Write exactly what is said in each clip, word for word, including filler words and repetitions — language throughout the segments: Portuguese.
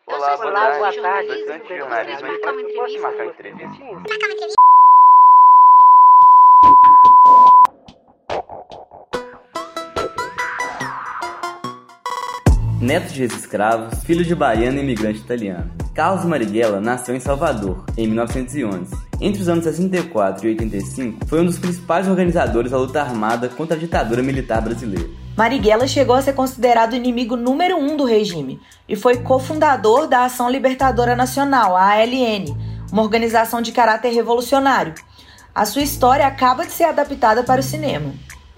Olá, boa Olá, boa tarde. tarde. Sou estudante de jornalismo. A gente pode, posso marcar uma entrevista? Neto de ex-escravos, filho de baiano e imigrante italiano, Carlos Marighella nasceu em Salvador, em mil novecentos e onze. Entre os anos sessenta e quatro e oitenta e cinco, foi um dos principais organizadores da luta armada contra a ditadura militar brasileira. Marighella chegou a ser considerado o inimigo número um do regime e foi cofundador da Ação Libertadora Nacional, a A L N, uma organização de caráter revolucionário. A sua história acaba de ser adaptada para o cinema.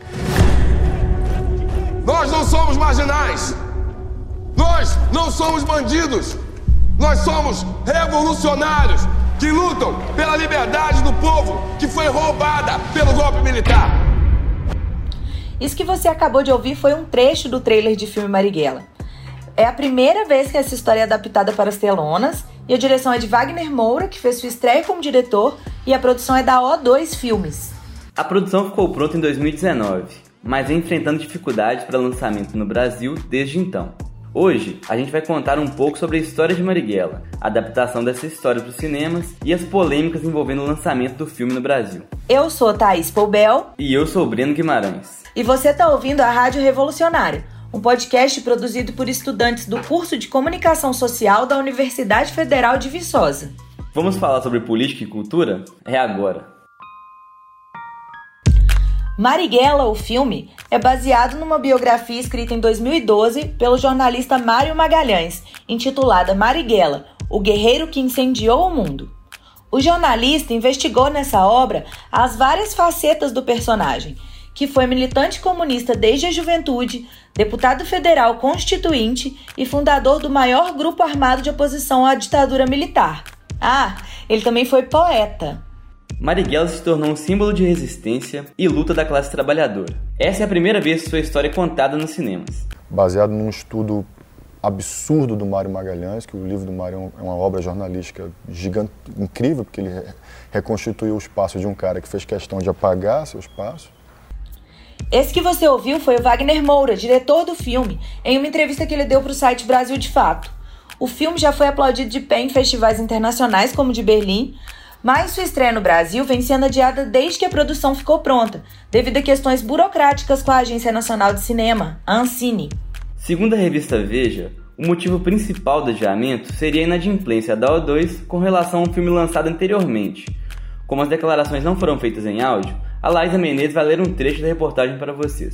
Nós não somos marginais! Nós não somos bandidos! Nós somos revolucionários que lutam pela liberdade do povo que foi roubada pelo golpe militar! Isso que você acabou de ouvir foi um trecho do trailer de filme Marighella. É a primeira vez que essa história é adaptada para as telonas e a direção é de Wagner Moura, que fez sua estreia como diretor, e a produção é da O dois Filmes. A produção ficou pronta em dois mil e dezenove, mas vem enfrentando dificuldades para lançamento no Brasil desde então. Hoje, a gente vai contar um pouco sobre a história de Marighella, a adaptação dessa história para os cinemas e as polêmicas envolvendo o lançamento do filme no Brasil. Eu sou Thaís Poubel. E eu sou Breno Guimarães. E você está ouvindo a Rádio Revolucionário, um podcast produzido por estudantes do curso de Comunicação Social da Universidade Federal de Viçosa. Vamos falar sobre política e cultura? É agora! Marighella, o filme, é baseado numa biografia escrita em dois mil e doze pelo jornalista Mário Magalhães, intitulada Marighella, o guerreiro que incendiou o mundo. O jornalista investigou nessa obra as várias facetas do personagem, que foi militante comunista desde a juventude, deputado federal constituinte e fundador do maior grupo armado de oposição à ditadura militar. Ah, ele também foi poeta. Marighella se tornou um símbolo de resistência e luta da classe trabalhadora. Essa é a primeira vez que sua história é contada nos cinemas. Baseado num estudo absurdo do Mário Magalhães, que o livro do Mário é uma obra jornalística gigante, incrível, porque ele reconstituiu o espaço de um cara que fez questão de apagar seu espaço. Esse que você ouviu foi o Wagner Moura, diretor do filme, em uma entrevista que ele deu para o site Brasil de Fato. O filme já foi aplaudido de pé em festivais internacionais como o de Berlim, mas sua estreia no Brasil vem sendo adiada desde que a produção ficou pronta, devido a questões burocráticas com a Agência Nacional de Cinema, a Ancine. Segundo a revista Veja, o motivo principal do adiamento seria a inadimplência da O dois com relação ao filme lançado anteriormente. Como as declarações não foram feitas em áudio, a Laísa Menezes vai ler um trecho da reportagem para vocês.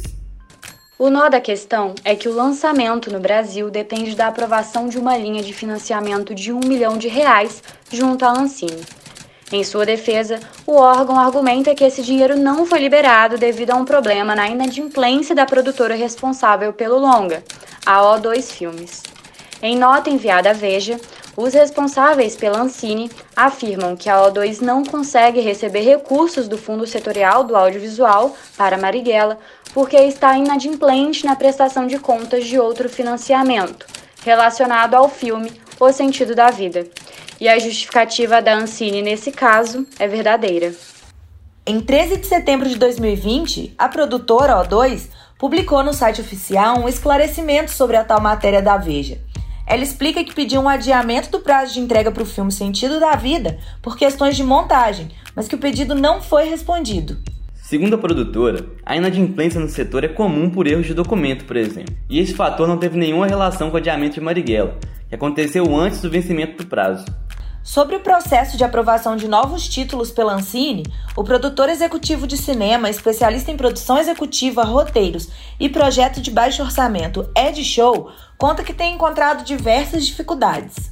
O nó da questão é que o lançamento no Brasil depende da aprovação de uma linha de financiamento de um milhão de reais junto à Ancine. Em sua defesa, o órgão argumenta que esse dinheiro não foi liberado devido a um problema na inadimplência da produtora responsável pelo longa, a O dois Filmes. Em nota enviada à Veja, os responsáveis pela Ancine afirmam que a O dois não consegue receber recursos do Fundo Setorial do Audiovisual para Marighella porque está inadimplente na prestação de contas de outro financiamento, relacionado ao filme O Sentido da Vida. E a justificativa da Ancine nesse caso é verdadeira. Em treze de setembro de dois mil e vinte, a produtora O dois publicou no site oficial um esclarecimento sobre a tal matéria da Veja. Ela explica que pediu um adiamento do prazo de entrega para o filme Sentido da Vida por questões de montagem, mas que o pedido não foi respondido. Segundo a produtora, a inadimplência no setor é comum por erros de documento, por exemplo, e esse fator não teve nenhuma relação com o adiamento de Marighella, que aconteceu antes do vencimento do prazo. Sobre o processo de aprovação de novos títulos pela Ancine, o produtor executivo de cinema, especialista em produção executiva, roteiros e projeto de baixo orçamento, Ed Show, conta que tem encontrado diversas dificuldades.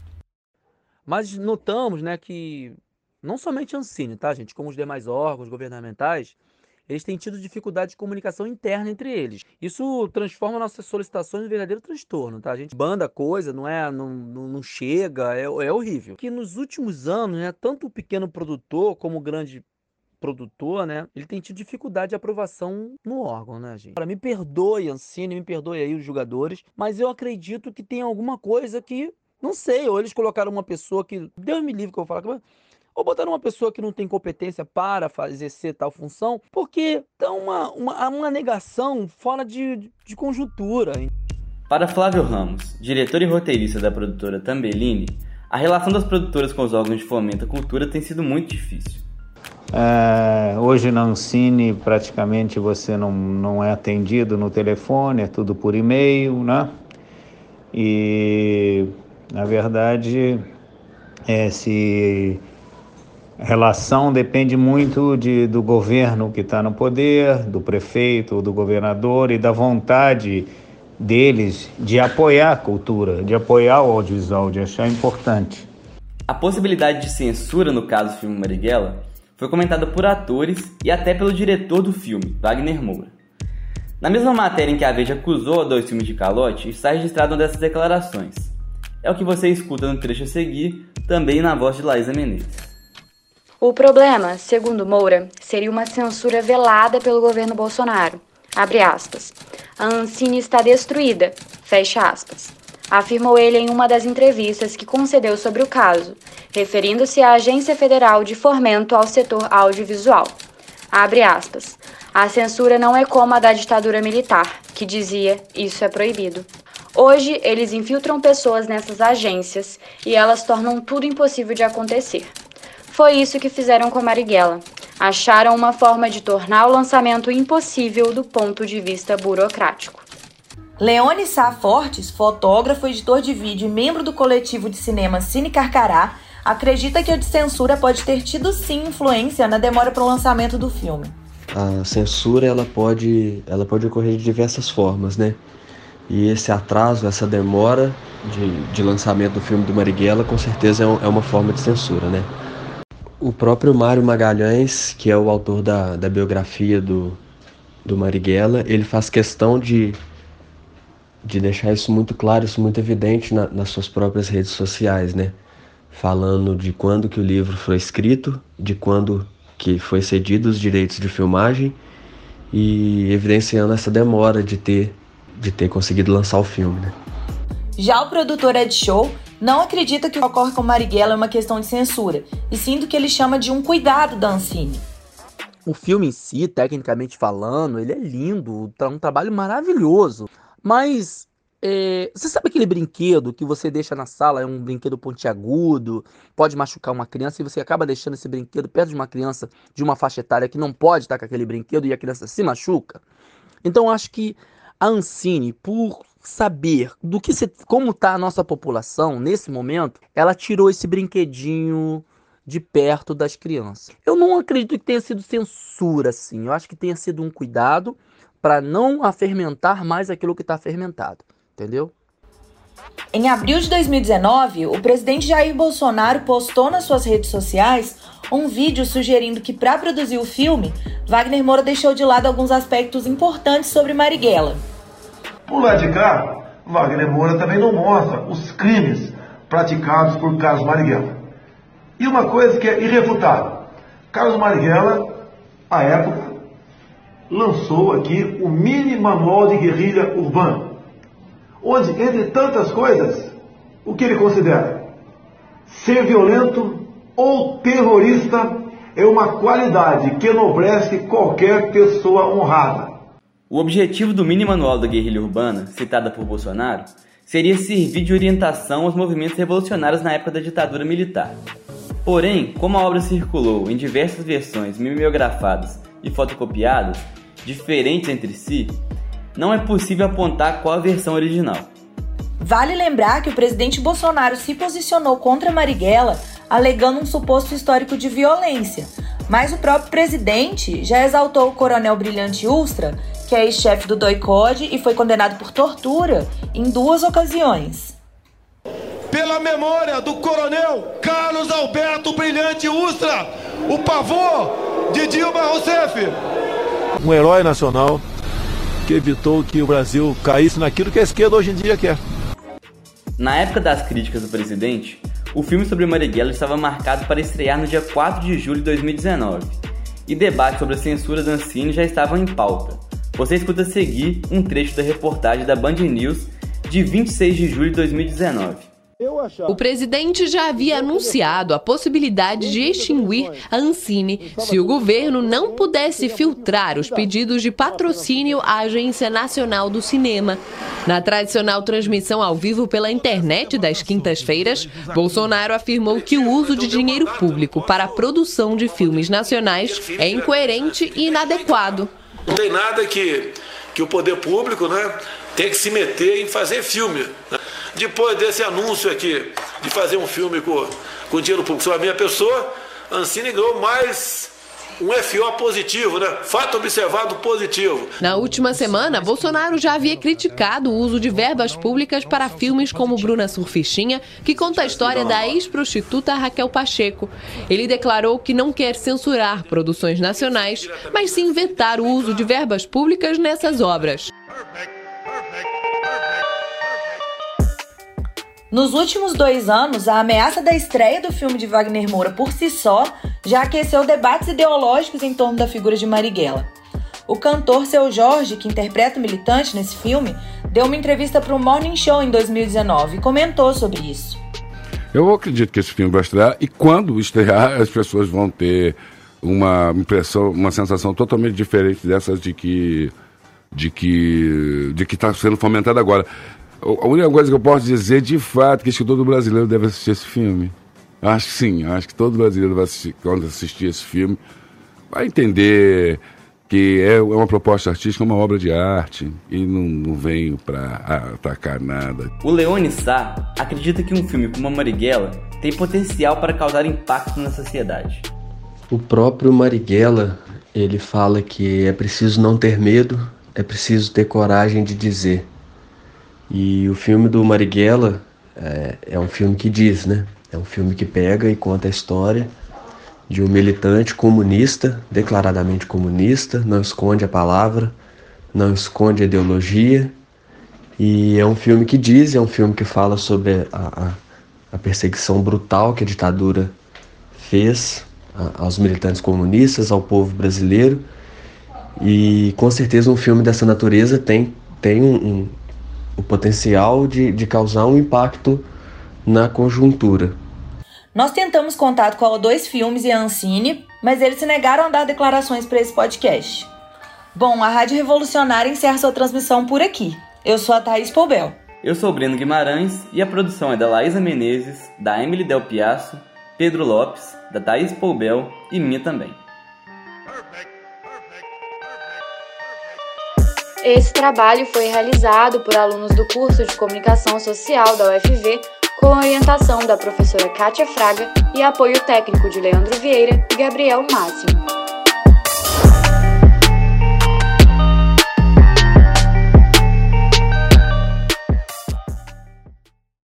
Mas notamos, né, que não somente a Ancine, tá, gente, como os demais órgãos governamentais, eles têm tido dificuldade de comunicação interna entre eles. Isso transforma nossas solicitações em verdadeiro transtorno, tá? A gente banda coisa, não é, não, não, não chega, é, é horrível. Que nos últimos anos, né, tanto o pequeno produtor como o grande produtor, né, ele tem tido dificuldade de aprovação no órgão, né, gente? Para me perdoe, Ancine, me perdoe aí os julgadores, mas eu acredito que tem alguma coisa que, não sei, ou eles colocaram uma pessoa que, Deus me livre que eu vou falar, ou botaram uma pessoa que não tem competência para exercer tal função, porque dá uma, uma, uma negação fora de, de conjuntura. Para Flávio Ramos, diretor e roteirista da produtora Tambellini, a relação das produtoras com os órgãos de fomento à cultura tem sido muito difícil. É, hoje na Ancine praticamente você não, não é atendido no telefone, é tudo por e-mail, né? E na verdade esse a relação depende muito de, do governo que está no poder, do prefeito, do governador e da vontade deles de apoiar a cultura, de apoiar o audiovisual, de achar importante. A possibilidade de censura no caso do filme Marighella foi comentada por atores e até pelo diretor do filme, Wagner Moura. Na mesma matéria em que a Veja acusou a dois filmes de calote, está registrada uma dessas declarações. É o que você escuta no trecho a seguir, também na voz de Laísa Menezes. O problema, segundo Moura, seria uma censura velada pelo governo Bolsonaro. Abre aspas. A Ancine está destruída, fecha aspas. Afirmou ele em uma das entrevistas que concedeu sobre o caso, referindo-se à Agência Federal de Fomento ao Setor Audiovisual. Abre aspas. A censura não é como a da ditadura militar, que dizia isso é proibido. Hoje, eles infiltram pessoas nessas agências e elas tornam tudo impossível de acontecer. Foi isso que fizeram com Marighella. Acharam uma forma de tornar o lançamento impossível do ponto de vista burocrático. Leone Sá Fortes, fotógrafo, editor de vídeo e membro do coletivo de cinema Cine Carcará, acredita que a censura pode ter tido sim influência na demora para o lançamento do filme. A censura ela pode, ela pode ocorrer de diversas formas, né? E esse atraso, essa demora de, de lançamento do filme do Marighella, com certeza é, um, é uma forma de censura, né? O próprio Mário Magalhães, que é o autor da, da biografia do, do Marighella, ele faz questão de, de deixar isso muito claro, isso muito evidente na, nas suas próprias redes sociais, né? Falando de quando que o livro foi escrito, de quando que foi cedido os direitos de filmagem e evidenciando essa demora de ter, de ter conseguido lançar o filme, né? Já o produtor Ed Show não acredita que o que ocorre com Marighella é uma questão de censura, e sim do que ele chama de um cuidado da Ancine. O filme em si, tecnicamente falando, ele é lindo, é um trabalho maravilhoso, mas é, você sabe aquele brinquedo que você deixa na sala, é um brinquedo pontiagudo, pode machucar uma criança, e você acaba deixando esse brinquedo perto de uma criança de uma faixa etária que não pode estar com aquele brinquedo e a criança se machuca? Então eu acho que a Ancine, por saber do que se, como está a nossa população nesse momento, ela tirou esse brinquedinho de perto das crianças. Eu não acredito que tenha sido censura, assim. Eu acho que tenha sido um cuidado para não afermentar mais aquilo que está fermentado, entendeu? Em abril de dois mil e dezenove, o presidente Jair Bolsonaro postou nas suas redes sociais um vídeo sugerindo que, para produzir o filme, Wagner Moura deixou de lado alguns aspectos importantes sobre Marighella. Por lá de cá, Wagner Moura também não mostra os crimes praticados por Carlos Marighella. E uma coisa que é irrefutável, Carlos Marighella, à época, lançou aqui o Mini Manual de Guerrilha Urbana, onde, entre tantas coisas, o que ele considera? Ser violento ou terrorista é uma qualidade que enobrece qualquer pessoa honrada. O objetivo do Mini Manual da Guerrilha Urbana, citada por Bolsonaro, seria servir de orientação aos movimentos revolucionários na época da ditadura militar. Porém, como a obra circulou em diversas versões mimeografadas e fotocopiadas, diferentes entre si, não é possível apontar qual a versão original. Vale lembrar que o presidente Bolsonaro se posicionou contra Marighella, alegando um suposto histórico de violência, mas o próprio presidente já exaltou o coronel Brilhante Ustra, que é ex-chefe do doicode e foi condenado por tortura em duas ocasiões. Pela memória do coronel Carlos Alberto Brilhante Ustra, o pavor de Dilma Rousseff. Um herói nacional que evitou que o Brasil caísse naquilo que a esquerda hoje em dia quer. Na época das críticas do presidente, o filme sobre Marighella estava marcado para estrear no dia quatro de julho de dois mil e dezenove, e debates sobre a censura da Ancine já estavam em pauta. Você escuta a seguir um trecho da reportagem da Band News de vinte e seis de julho de dois mil e dezenove. O presidente já havia anunciado a possibilidade de extinguir a Ancine se o governo não pudesse filtrar os pedidos de patrocínio à Agência Nacional do Cinema. Na tradicional transmissão ao vivo pela internet das quintas-feiras, Bolsonaro afirmou que o uso de dinheiro público para a produção de filmes nacionais é incoerente e inadequado. Não tem nada que, que o poder público, né, tem que se meter em fazer filme. Depois desse anúncio aqui de fazer um filme com, com dinheiro público sobre a minha pessoa, a Ancine ganhou mais um F O positivo, né? Fato observado positivo. Na última semana, Bolsonaro já havia criticado o uso de verbas públicas para filmes como Bruna Surfistinha, que conta a história da ex-prostituta Raquel Pacheco. Ele declarou que não quer censurar produções nacionais, mas sim vetar o uso de verbas públicas nessas obras. Nos últimos dois anos, a ameaça da estreia do filme de Wagner Moura por si só já aqueceu debates ideológicos em torno da figura de Marighella. O cantor Seu Jorge, que interpreta o militante nesse filme, deu uma entrevista para o Morning Show em dois mil e dezenove e comentou sobre isso. Eu acredito que esse filme vai estrear e quando estrear as pessoas vão ter uma impressão, uma sensação totalmente diferente dessas de que de que de que está sendo fomentada agora. A única coisa que eu posso dizer, de fato, que acho que todo brasileiro deve assistir esse filme. Acho que sim, acho que todo brasileiro vai assistir, quando assistir esse filme, vai entender que é uma proposta artística, uma obra de arte, e não, não venho para atacar nada. O Leone Sá acredita que um filme como a Marighella tem potencial para causar impacto na sociedade. O próprio Marighella, ele fala que é preciso não ter medo, é preciso ter coragem de dizer. E o filme do Marighella é, é um filme que diz, né? É um filme que pega e conta a história de um militante comunista, declaradamente comunista, não esconde a palavra, não esconde a ideologia. E é um filme que diz, é um filme que fala sobre a, a, a perseguição brutal que a ditadura fez a, aos militantes comunistas, ao povo brasileiro. E com certeza um filme dessa natureza tem, tem um... um o potencial de, de causar um impacto na conjuntura. Nós tentamos contato com a O dois Filmes e a Ancine, mas eles se negaram a dar declarações para esse podcast. Bom, a Rádio Revolucionária encerra sua transmissão por aqui. Eu sou a Thaís Poubel. Eu sou o Breno Guimarães e a produção é da Laísa Menezes, da Emily Del Piaço, Pedro Lopes, da Thaís Poubel e minha também. Esse trabalho foi realizado por alunos do curso de Comunicação Social da U F V, com orientação da professora Kátia Fraga e apoio técnico de Leandro Vieira e Gabriel Máximo.